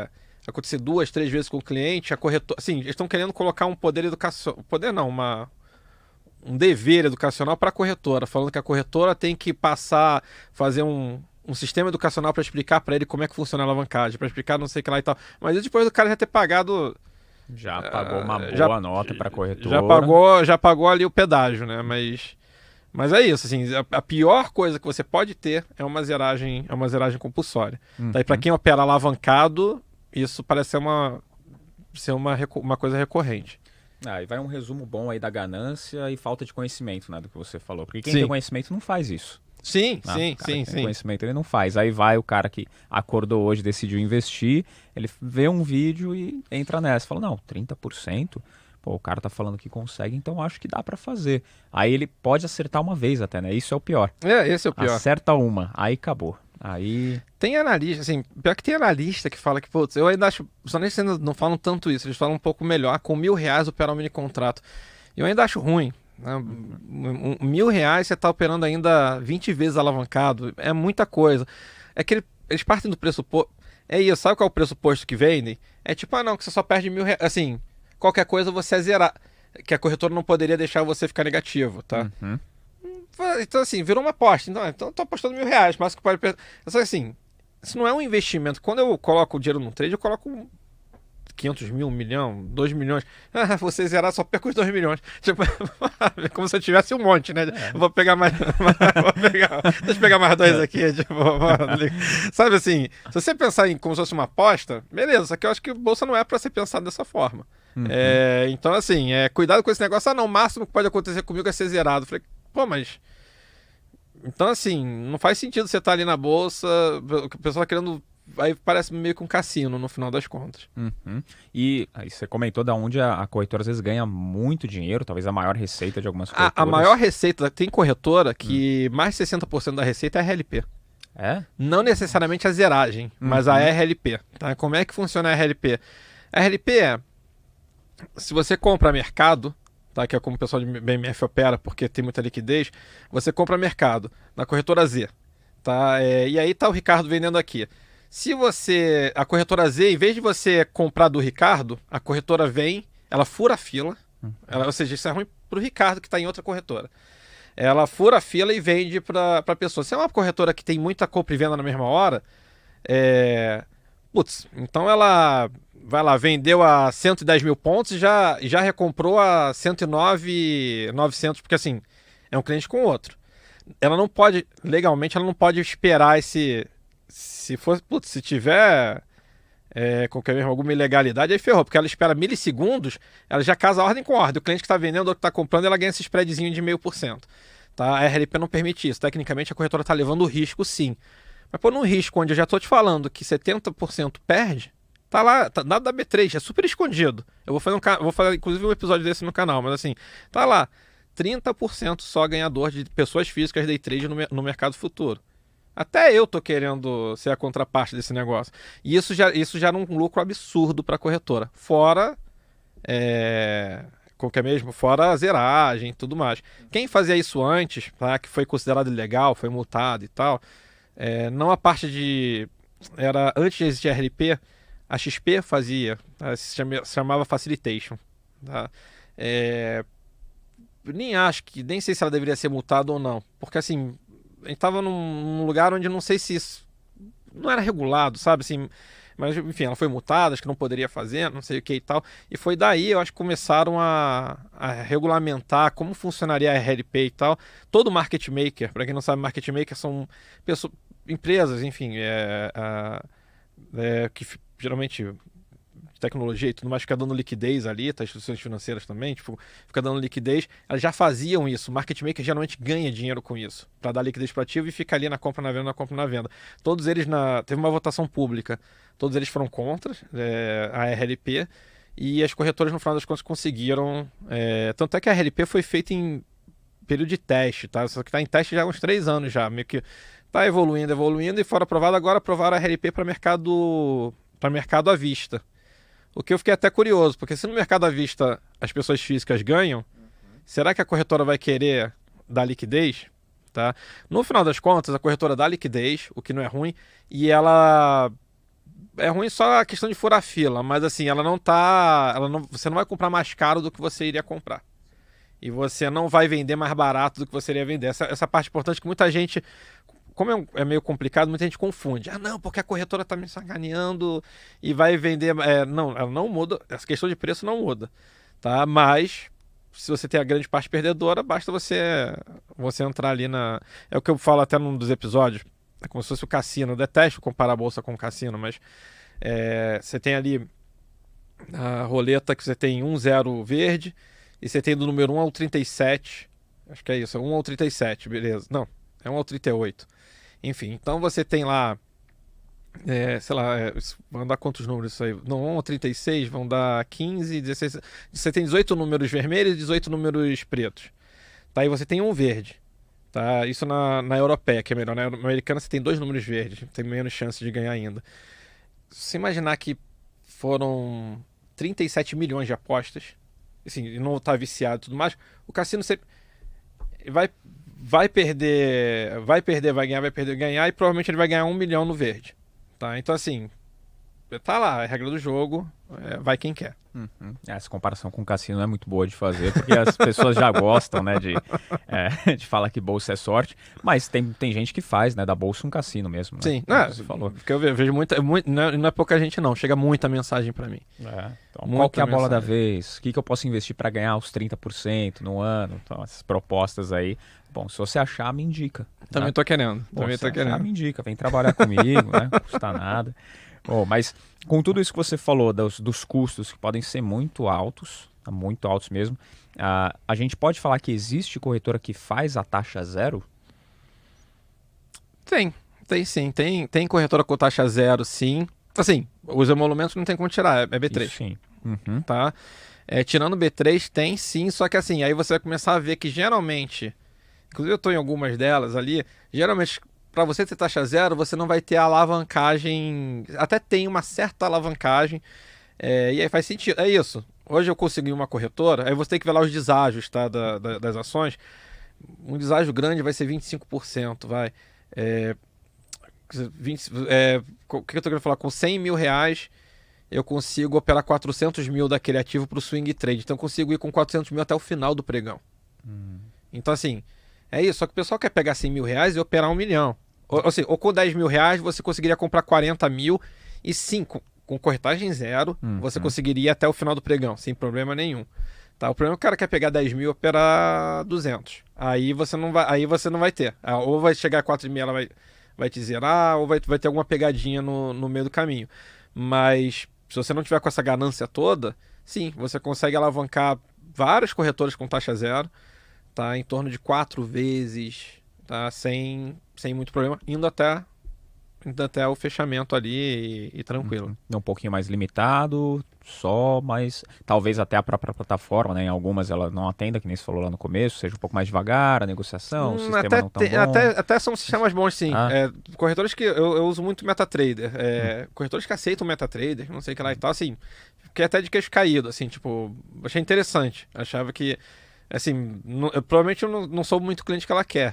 acontecer duas, três vezes com o cliente, a corretora... Assim, eles estão querendo colocar um poder educacional... Poder não, uma... um dever educacional para a corretora, falando que a corretora tem que passar, fazer um, um sistema educacional para explicar para ele como é que funciona a alavancagem, para explicar não sei o que lá e tal. Mas isso depois do cara já ter pagado... Já pagou uma boa já, nota para a corretora. Já pagou, já pagou ali o pedágio, né? Mas, mas é isso, assim, a, a pior coisa que você pode ter é uma zeragem, é uma zeragem compulsória. Uhum. Tá? E para quem opera alavancado, isso parece ser uma, ser uma, uma coisa recorrente. Ah, e vai um resumo bom aí da ganância e falta de conhecimento, né, do que você falou. Porque quem sim. tem conhecimento não faz isso. Sim, Ah, sim, o cara sim, que tem sim. conhecimento ele não faz. Aí vai o cara que acordou hoje, decidiu investir, ele vê um vídeo e entra nessa. Fala, não, trinta por cento? Pô, o cara tá falando que consegue, então acho que dá pra fazer. Aí ele pode acertar uma vez até, né? Isso é o pior. É, esse é o pior. Acerta uma, aí acabou. Aí... Tem analista, assim, pior que tem analista que fala que, putz, eu ainda acho, os analistas ainda não falam tanto isso, eles falam um pouco melhor, com mil reais operar um mini contrato. Eu ainda acho ruim. Né? Um, um, mil reais você está operando ainda vinte vezes alavancado, é muita coisa. É que ele, eles partem do pressuposto. É isso, sabe qual é o pressuposto que vendem? É tipo, ah não, que você só perde mil reais. Assim, qualquer coisa você é zerar. Que a corretora não poderia deixar você ficar negativo, tá? Uhum. Então, assim, virou uma aposta. Então, então eu tô apostando mil reais, mas que pode perder. Só que assim, isso não é um investimento. Quando eu coloco o dinheiro no trade, eu coloco quinhentos mil, um milhão, dois milhões. Ah, você zerar só perco os dois milhões. Tipo, como se eu tivesse um monte, né? É. Vou pegar mais. vou pegar, deixa eu pegar mais dois aqui. Tipo, sabe assim, se você pensar em como se fosse uma aposta, beleza, só que eu acho que bolsa não é para ser pensado dessa forma. Uhum. É, então, assim, é, cuidado com esse negócio. Ah, não, o máximo que pode acontecer comigo é ser zerado. Eu falei, pô, mas. Então, assim, não faz sentido você estar ali na bolsa, o pessoal querendo. Aí parece meio que um cassino no final das contas. Uhum. E aí você comentou da onde a, a corretora às vezes ganha muito dinheiro, talvez a maior receita de algumas corretoras. A, a maior receita, tem corretora que hum. mais de sessenta por cento da receita é R L P. É? Não necessariamente a zeragem, uhum. mas a R L P. Tá? Como é que funciona a R L P? A R L P é, se você compra mercado, tá? Que é como o pessoal de B M F opera, porque tem muita liquidez, você compra mercado na corretora Z. Tá? É, e aí tá o Ricardo vendendo aqui. Se você, a corretora Z, em vez de você comprar do Ricardo, a corretora vem, ela fura a fila, uhum. ela, ou seja, isso é ruim para o Ricardo que está em outra corretora. Ela fura a fila e vende para a pessoa. Se é uma corretora que tem muita compra e venda na mesma hora, é... putz, então ela vai lá, vendeu a cento e dez mil pontos e já, já recomprou a cento e nove mil e novecentos, porque assim, é um cliente com o outro. Ela não pode, legalmente, ela não pode esperar esse... Se for, putz, se tiver é, qualquer mesmo, alguma ilegalidade, aí ferrou, porque ela espera milissegundos, ela já casa a ordem com ordem. O cliente que está vendendo, o outro que está comprando, ela ganha esse spreadzinho de meio por cento. Tá? A R L P não permite isso. Tecnicamente, a corretora está levando o risco, sim. Mas por um risco onde eu já estou te falando que setenta por cento perde, tá lá, tá dado da B três, é super escondido. Eu vou fazer, um, vou fazer inclusive um episódio desse no canal, mas assim, tá lá, trinta por cento só ganhador de pessoas físicas day trade no, no mercado futuro. Até eu tô querendo ser a contraparte desse negócio. E isso já, isso já era um lucro absurdo para a corretora. Fora, é, qualquer mesmo, fora a zeragem e tudo mais. Quem fazia isso antes, tá, que foi considerado ilegal, foi multado e tal, é, não a parte de... Era, antes de existir a R L P, a X P fazia, tá, se, chama, se chamava Facilitation. Tá? É, nem acho que, nem sei se ela deveria ser multada ou não. Porque assim... A gente tava num lugar onde não sei se isso não era regulado, sabe? Assim, mas, enfim, ela foi multada, acho que não poderia fazer, não sei o que e tal. E foi daí, eu acho que começaram a, a regulamentar como funcionaria a R L P e tal. Todo market maker, para quem não sabe, market maker são pessoas, empresas, enfim, é, é, que geralmente... tecnologia e tudo mais, fica dando liquidez ali, tá? Instituições financeiras também, tipo, fica dando liquidez, elas já faziam isso. O market maker geralmente ganha dinheiro com isso, para dar liquidez para ativo e fica ali na compra, na venda, na compra, na venda. Todos eles, na... teve uma votação pública, todos eles foram contra é, a R L P e as corretoras, no final das contas, conseguiram. É... Tanto é que a R L P foi feita em período de teste, tá? Só que tá em teste já há uns três anos já, meio que tá evoluindo, evoluindo e fora aprovado, agora aprovaram a R L P para mercado, para mercado à vista. O que eu fiquei até curioso, porque se no mercado à vista as pessoas físicas ganham, uhum. será que a corretora vai querer dar liquidez? Tá? No final das contas, a corretora dá liquidez, o que não é ruim, e ela é ruim só a questão de furar fila, mas assim, ela não tá. Ela não, você não vai comprar mais caro do que você iria comprar. E você não vai vender mais barato do que você iria vender. Essa, essa parte importante que muita gente. Como é, um, é meio complicado, muita gente confunde. Ah, não, porque a corretora tá me sacaneando e vai vender. É, não, ela não muda. Essa questão de preço não muda. Tá? Mas, se você tem a grande parte perdedora, basta você, você entrar ali na. É o que eu falo até num dos episódios. É como se fosse o cassino. Eu detesto comparar a bolsa com o cassino, mas é, você tem ali a roleta que você tem um zero verde e você tem do número um ao trinta e sete. Acho que é isso, um ao trinta e sete, beleza. Não, é um ao trinta e oito. Enfim, então você tem lá, é, sei lá, é, vão dar quantos números isso aí? Não, um ao trinta e seis vão dar quinze, dezesseis. Você tem dezoito números vermelhos e dezoito números pretos. Tá, aí você tem um verde. Tá? Isso na, na europeia, que é melhor. Na americana você tem dois números verdes, tem menos chance de ganhar ainda. Se você imaginar que foram trinta e sete milhões de apostas, assim, e não tá viciado e tudo mais, o cassino sempre vai, vai perder, vai perder, vai ganhar, vai perder, ganhar, e provavelmente ele vai ganhar um milhão no verde. Tá? Então, assim, tá lá, é a regra do jogo, é, vai quem quer. Uhum. Essa comparação com o cassino é muito boa de fazer, porque as pessoas já gostam, né, de, é, de falar que bolsa é sorte, mas tem, tem gente que faz, né, da bolsa um cassino mesmo, né? Sim, Como é, você falou. Porque eu vejo muita, muito, não, é, não é pouca gente não, chega muita mensagem pra mim. É. Então, Muita qual que é a bola mensagem. da vez? O que, que eu posso investir para ganhar os trinta por cento no ano? Então, essas propostas aí. Bom, se você achar, me indica. Também né? tô querendo, Bom, também se tô achar, querendo. me indica, vem trabalhar comigo, né? Não custa nada. Bom, mas com tudo isso que você falou dos, dos custos que podem ser muito altos, muito altos mesmo, uh, a gente pode falar que existe corretora que faz a taxa zero? Tem, tem sim, tem, tem corretora com taxa zero, sim. Assim, os emolumentos não tem como tirar, é, é B três. Isso, sim. Uhum. Tá? É, tirando B três, tem sim, só que assim, aí você vai começar a ver que geralmente, inclusive eu estou em algumas delas ali, geralmente para você ter taxa zero, você não vai ter a alavancagem, até tem uma certa alavancagem, é, e aí faz sentido, é isso. Hoje eu consegui uma corretora, aí você tem que ver lá os deságios, tá, da, da, das ações. Um deságio grande vai ser vinte e cinco por cento, vai. É, vinte, é, o que eu tô querendo falar? Com cem mil reais, eu consigo operar quatrocentos mil daquele ativo para o swing trade. Então eu consigo ir com quatrocentos mil até o final do pregão. Hum. Então assim, é isso. Só que o pessoal quer pegar cem mil reais e operar um milhão. Ou, ou, seja, ou com dez mil reais você conseguiria comprar quarenta mil e sim, com, com corretagem zero, hum, você hum. conseguiria ir até o final do pregão, sem problema nenhum. Tá, o problema é que o cara quer pegar dez mil e operar duzentos. Aí você não vai, aí você não vai ter. Ou vai chegar a quatro mil, ela vai, vai te zerar, ou vai, vai ter alguma pegadinha no, no meio do caminho. Mas se você não tiver com essa ganância toda, sim, você consegue alavancar vários corretores com taxa zero, tá, em torno de quatro vezes, tá, sem, sem muito problema, indo até, indo até o fechamento ali e, e tranquilo. Um, um pouquinho mais limitado, só, mas talvez até a própria plataforma, né, em algumas ela não atenda, que nem você falou lá no começo, seja um pouco mais devagar, a negociação, hum, o sistema até não tão tem, bom. Até, até são sistemas bons, sim. Ah. É, corretores que eu, eu uso muito MetaTrader, é, hum. corretores que aceitam MetaTrader, não sei o que lá e tal, assim, fiquei até de queixo caído, assim, tipo, achei interessante, achava que assim, não, eu, provavelmente eu não, não sou muito cliente que ela quer.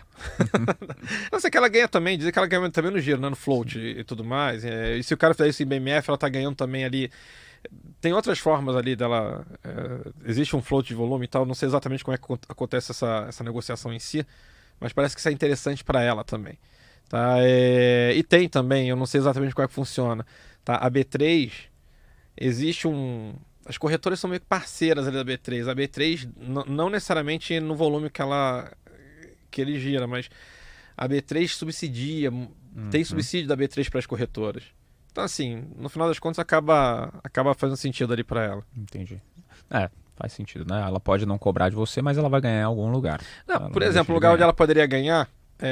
Não sei que ela ganha também, dizer que ela ganha também no giro, né, no float e, e tudo mais. É, e se o cara fizer isso em B M F, ela tá ganhando também ali. Tem outras formas ali dela. É, existe um float de volume e tal, não sei exatamente como é que acontece essa, essa negociação em si, mas parece que isso é interessante para ela também. Tá? É, e tem também, eu não sei exatamente como é que funciona. Tá? A B três, existe um. As corretoras são meio que parceiras ali da B três. A B três, não necessariamente no volume que ela que ele gira, mas a B três subsidia, uhum. tem subsídio da B três para as corretoras. Então, assim, no final das contas, acaba, acaba fazendo sentido ali para ela. Entendi. É, faz sentido, né? Ela pode não cobrar de você, mas ela vai ganhar em algum lugar. Não, por exemplo, o lugar ganhar. onde ela poderia ganhar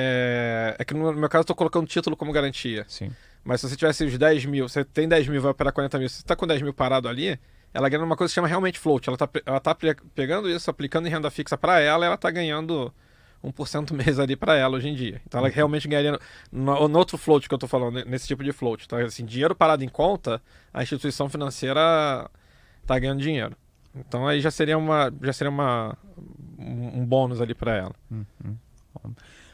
é, é que no meu caso eu estou colocando título como garantia. Sim. Mas se você tivesse os dez mil, você tem dez mil, vai operar quarenta mil, se você está com dez mil parado ali, ela ganha uma coisa que se chama realmente float. Ela está ela tá pegando isso, aplicando em renda fixa para ela, e ela está ganhando um por cento mês ali para ela hoje em dia. Então ela uhum. realmente ganharia no, no outro float que eu estou falando, nesse tipo de float. Então, assim, dinheiro parado em conta, a instituição financeira está ganhando dinheiro. Então aí já seria uma já seria uma um, um bônus ali para ela. Uhum.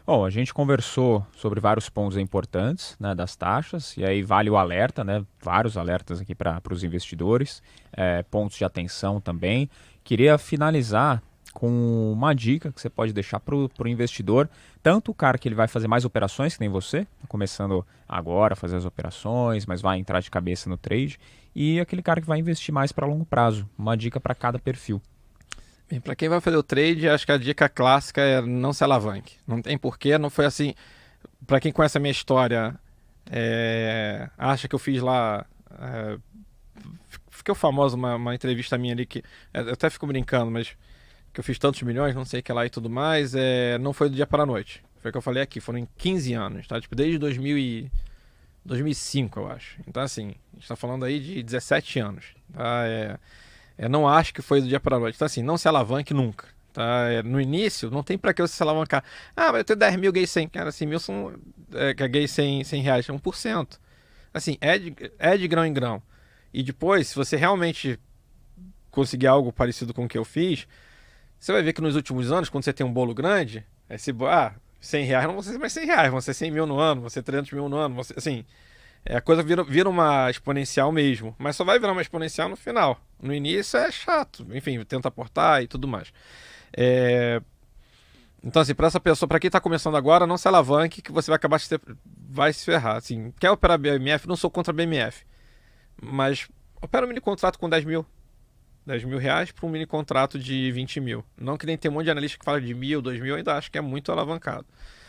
Bom, a gente conversou sobre vários pontos importantes, né, das taxas, e aí vale o alerta, né, vários alertas aqui para os investidores, é, pontos de atenção também. Queria finalizar com uma dica que você pode deixar para o investidor, tanto o cara que ele vai fazer mais operações, que nem você, tá começando agora a fazer as operações, mas vai entrar de cabeça no trade, e aquele cara que vai investir mais para longo prazo. Uma dica para cada perfil. Bem, para quem vai fazer o trade, acho que a dica clássica é não se alavanque. Não tem porquê, não foi assim. Para quem conhece a minha história, é, acha que eu fiz lá. É, ficou famoso uma, uma entrevista minha ali que. Eu até fico brincando, mas que eu fiz tantos milhões, não sei o que lá e tudo mais. É, não foi do dia para a noite. Foi o que eu falei aqui, foram em quinze anos, tá? Tipo, desde dois mil e, dois mil e cinco, eu acho. Então, assim, a gente está falando aí de dezessete anos. Tá? É. Eu não acho que foi do dia para a noite. Então, assim, não se alavanque nunca. Tá? No início, não tem para que você se alavancar. Ah, mas eu tenho dez mil, ganhei cem. Cara, cem mil são. É, ganhei cem, cem reais, é um por cento. Assim, é de, é de grão em grão. E depois, se você realmente conseguir algo parecido com o que eu fiz, você vai ver que nos últimos anos, quando você tem um bolo grande, é se, ah, cem reais não vão ser mais cem reais, vão ser cem mil no ano, vão ser trezentos mil no ano. Vão ser, assim. É, a coisa vira, vira uma exponencial mesmo, mas só vai virar uma exponencial no final. No início é chato, enfim, tenta aportar e tudo mais. É... Então, assim, para essa pessoa, para quem está começando agora, não se alavanque que você vai acabar se, vai se ferrar. Assim, quer operar B M F? Não sou contra B M F, mas opera um mini contrato com dez mil. dez mil reais para um mini contrato de vinte mil. Não que nem tem um monte de analista que fala de mil, dois mil, eu ainda acho que é muito alavancado.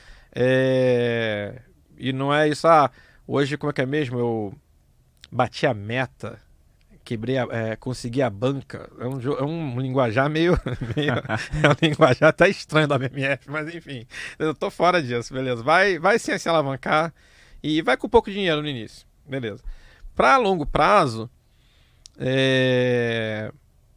É... E não é isso, ah. Hoje, como é que é mesmo? Eu bati a meta, quebrei a, é, consegui a banca. É um, é um linguajar meio, meio é um linguajar até estranho da B M F, mas enfim, eu tô fora disso, beleza. Vai, vai sim se alavancar e vai com pouco dinheiro no início, beleza. Para longo prazo, é...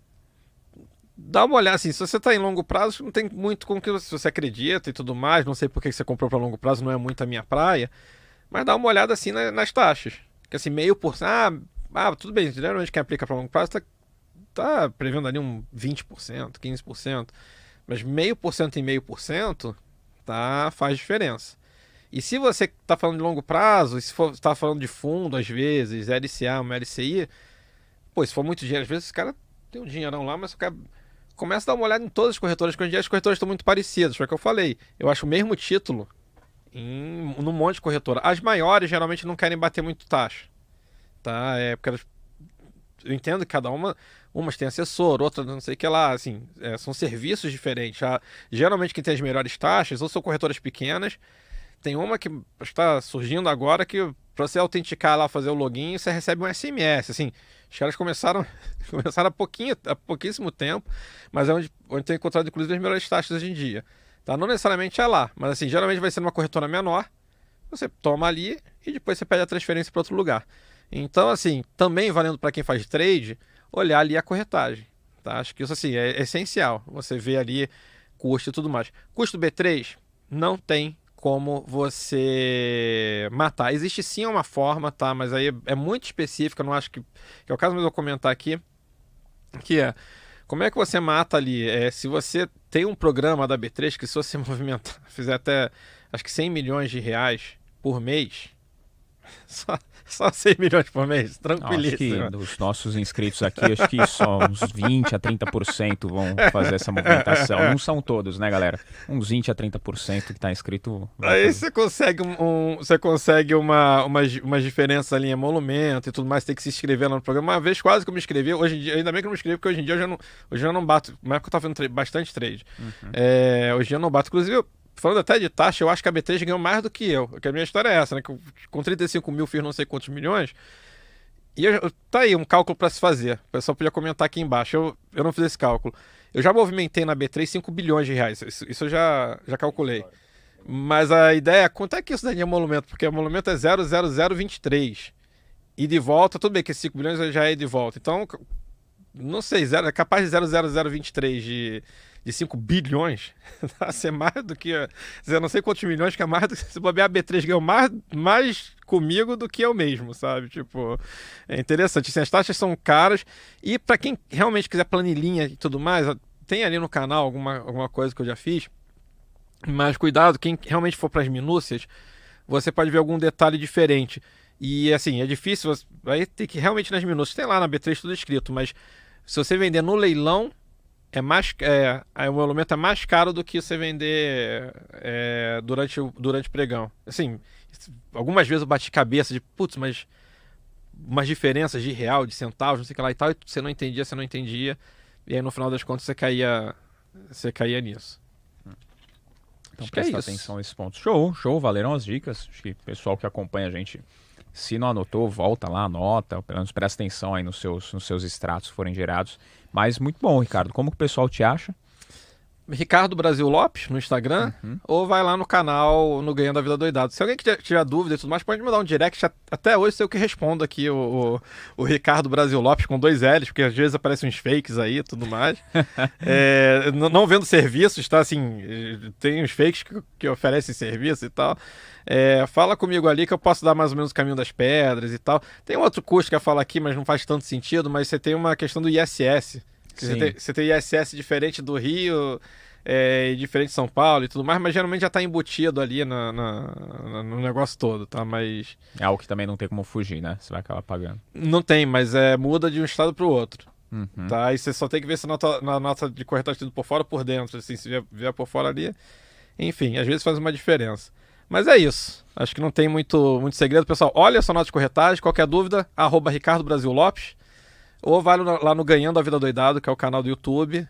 dá uma olhada assim, se você está em longo prazo, não tem muito com que você, se você acredita e tudo mais, não sei por que você comprou para longo prazo, não é muito a minha praia. Mas dá uma olhada assim nas, nas taxas. Que assim, meio por cento. Ah, ah, tudo bem, geralmente quem aplica para longo prazo está tá prevendo ali um vinte por cento, quinze por cento. Mas meio por cento em meio por cento tá, faz diferença. E se você está falando de longo prazo, e se for está falando de fundo, às vezes, L C A, uma L C I, pô, se for muito dinheiro, às vezes esse cara tem um dinheirão lá, mas o cara começa a dar uma olhada em todas as corretoras, porque hoje em dia as corretoras estão muito parecidas. Foi o que eu falei. Eu acho o mesmo título em num monte de corretora. As maiores geralmente não querem bater muito taxa, tá? É porque elas, eu entendo que cada uma, umas tem assessor, outras não sei o que lá, assim, é, são serviços diferentes. A, geralmente quem tem as melhores taxas ou são corretoras pequenas. Tem uma que está surgindo agora que para você autenticar lá, fazer o login, você recebe um S M S, assim. Os caras começaram, começaram há, pouquinho, há pouquíssimo tempo, mas é onde, onde tem encontrado inclusive as melhores taxas hoje em dia. Tá? Não necessariamente é lá, mas assim, geralmente vai ser numa corretora menor, você toma ali e depois você pede a transferência para outro lugar. Então, assim, também valendo para quem faz trade, olhar ali a corretagem. Tá? Acho que isso assim, é essencial, você vê ali custo e tudo mais. Custo B três não tem como você matar. Existe sim uma forma, tá? Mas aí é muito específica, não acho que, que é o caso, mas eu vou comentar aqui, que é, como é que você mata ali? É, se você tem um programa da B três que se você movimentar, fizer até, acho que cem milhões de reais por mês, só, só cem milhões por mês, tranquilíssimo. Acho que dos nossos inscritos aqui, acho que só uns vinte a trinta por cento vão fazer essa movimentação. Não são todos, né, galera? Uns vinte a trinta por cento que está inscrito. Aí fazer. Você consegue, um, um, você consegue uma, uma, uma diferença ali em emolumento e tudo mais, tem que se inscrever lá no programa. Uma vez quase que eu me inscrevi, hoje em dia, ainda bem que eu não me inscrevi, porque hoje em dia eu já não, hoje eu não bato. Na época eu estava fazendo bastante trade. Uhum. É, hoje em dia eu não bato. Inclusive, eu, falando até de taxa, eu acho que a B três ganhou mais do que eu. Porque a minha história é essa, né? Que eu, com trinta e cinco mil fiz não sei quantos milhões. E eu, tá aí um cálculo para se fazer. O pessoal podia comentar aqui embaixo. Eu, eu não fiz esse cálculo. Eu já movimentei na B três cinco bilhões de reais. Isso, isso eu já, já calculei. Mas a ideia é quanto é que isso dá de emolumento? Porque o emolumento é zero vírgula zero zero vinte e três. E de volta, tudo bem que cinco bilhões já é de volta. Então, não sei, zero, é capaz de zero vírgula zero zero vinte e três de. de cinco bilhões, vai ser mais do que, eu não sei quantos milhões, que é mais do que, se bobear a B três ganhou mais, mais comigo do que eu mesmo, sabe? Tipo, é interessante, assim, as taxas são caras, e para quem realmente quiser planilhinha e tudo mais, tem ali no canal alguma, alguma coisa que eu já fiz, Mas cuidado, quem realmente for para as minúcias, você pode ver algum detalhe diferente. E assim, é difícil, você vai ter que realmente nas minúcias. Tem lá na B três tudo escrito, mas se você vender no leilão, é mais, é, é, o elemento é mais caro do que você vender é, durante, o, durante o pregão. Assim, algumas vezes eu bati cabeça de, putz, mas umas diferenças de real, de centavos, não sei o que lá e tal, e você não entendia, você não entendia, e aí no final das contas você caía, você caía nisso. Então presta atenção nesses pontos. Show, show, valeram as dicas. Acho que o pessoal que acompanha a gente, se não anotou, volta lá, anota, pelo menos presta atenção aí nos seus, nos seus extratos que forem gerados. Mas muito bom, Ricardo. Como que o pessoal te acha? Ricardo Brasil Lopes no Instagram, uhum. ou vai lá no canal no Ganhando a Vida Doidado. Se alguém tiver dúvida e tudo mais, pode me dar um direct. Até hoje sei o que respondo aqui, o, o, o Ricardo Brasil Lopes com dois L's, porque às vezes aparecem uns fakes aí e tudo mais. é, não, não vendo serviços, tá? Assim, tem uns fakes que, que oferecem serviço e tal. É, fala comigo ali que eu posso dar mais ou menos o caminho das pedras e tal. Tem outro custo que eu falo aqui, mas não faz tanto sentido, mas você tem uma questão do I S S. Você tem, você tem I S S diferente do Rio é, e diferente de São Paulo e tudo mais, mas geralmente já está embutido ali na, na, no negócio todo, tá? Mas... é algo que também não tem como fugir, né? Você vai acabar pagando. Não tem, mas é, muda de um estado para o outro. Uhum. Tá? E você só tem que ver se a nota, na nota de corretagem tudo por fora ou por dentro. Assim, se vier, vier por fora ali, enfim, às vezes faz uma diferença. Mas é isso. Acho que não tem muito, muito segredo. Pessoal, olha a sua nota de corretagem. Qualquer dúvida, arroba Ricardo Brasil Lopes. Ou vai lá no Ganhando a Vida Doidado, que é o canal do YouTube.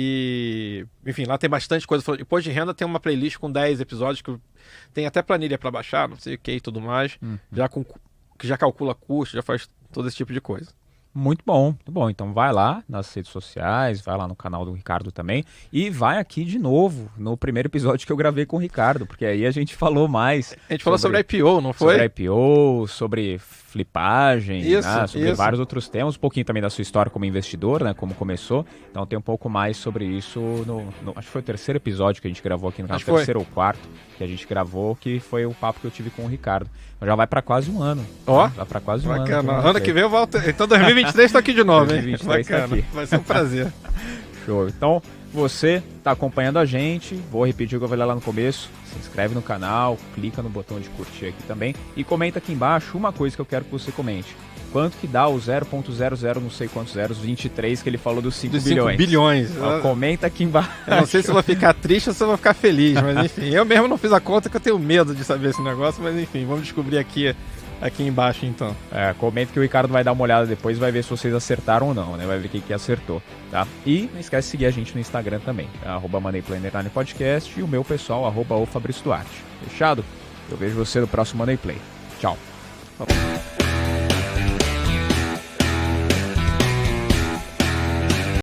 E, enfim, lá tem bastante coisa. Depois de renda tem uma playlist com dez episódios, que tem até planilha para baixar, não sei o que e tudo mais. Hum. Já com, que já calcula custo, já faz todo esse tipo de coisa. Muito bom, muito bom. Então vai lá nas redes sociais, vai lá no canal do Ricardo também e vai aqui de novo no primeiro episódio que eu gravei com o Ricardo, porque aí a gente falou mais. A gente falou sobre, sobre I P O, não foi? Sobre I P O, sobre flipagem, isso, né? Sobre isso. vários outros temas, um pouquinho também da sua história como investidor, né? Como começou. Então tem um pouco mais sobre isso no, no acho que foi o terceiro episódio que a gente gravou aqui no canal, terceiro ou quarto que a gente gravou, que foi o papo que eu tive com o Ricardo. Já vai pra quase um ano. Ó, né? Vai pra quase um bacana. ano. Ano que vem eu volto. Então dois mil e vinte e três tô aqui de novo, hein? dois mil e vinte e três bacana. Tá aqui. Vai ser um prazer. Show. Então, você tá acompanhando a gente, vou repetir o que eu falei lá no começo, se inscreve no canal, clica no botão de curtir aqui também e comenta aqui embaixo uma coisa que eu quero que você comente. Quanto que dá o zero ponto zero zero não sei quantos zeros, vinte e três, que ele falou dos cinco bilhões. cinco bilhões. Ó, comenta aqui embaixo. Eu não sei se eu vou ficar triste ou se eu vou ficar feliz, mas enfim, eu mesmo não fiz a conta que eu tenho medo de saber esse negócio, mas enfim, vamos descobrir aqui, aqui embaixo então. É, comenta que o Ricardo vai dar uma olhada depois e vai ver se vocês acertaram ou não, né? Vai ver quem que acertou, tá? E não esquece de seguir a gente no Instagram também, arroba MoneyPlay Podcast e o meu pessoal, arroba o Fabrício Duarte. Fechado? Eu vejo você no próximo Money Play. Tchau.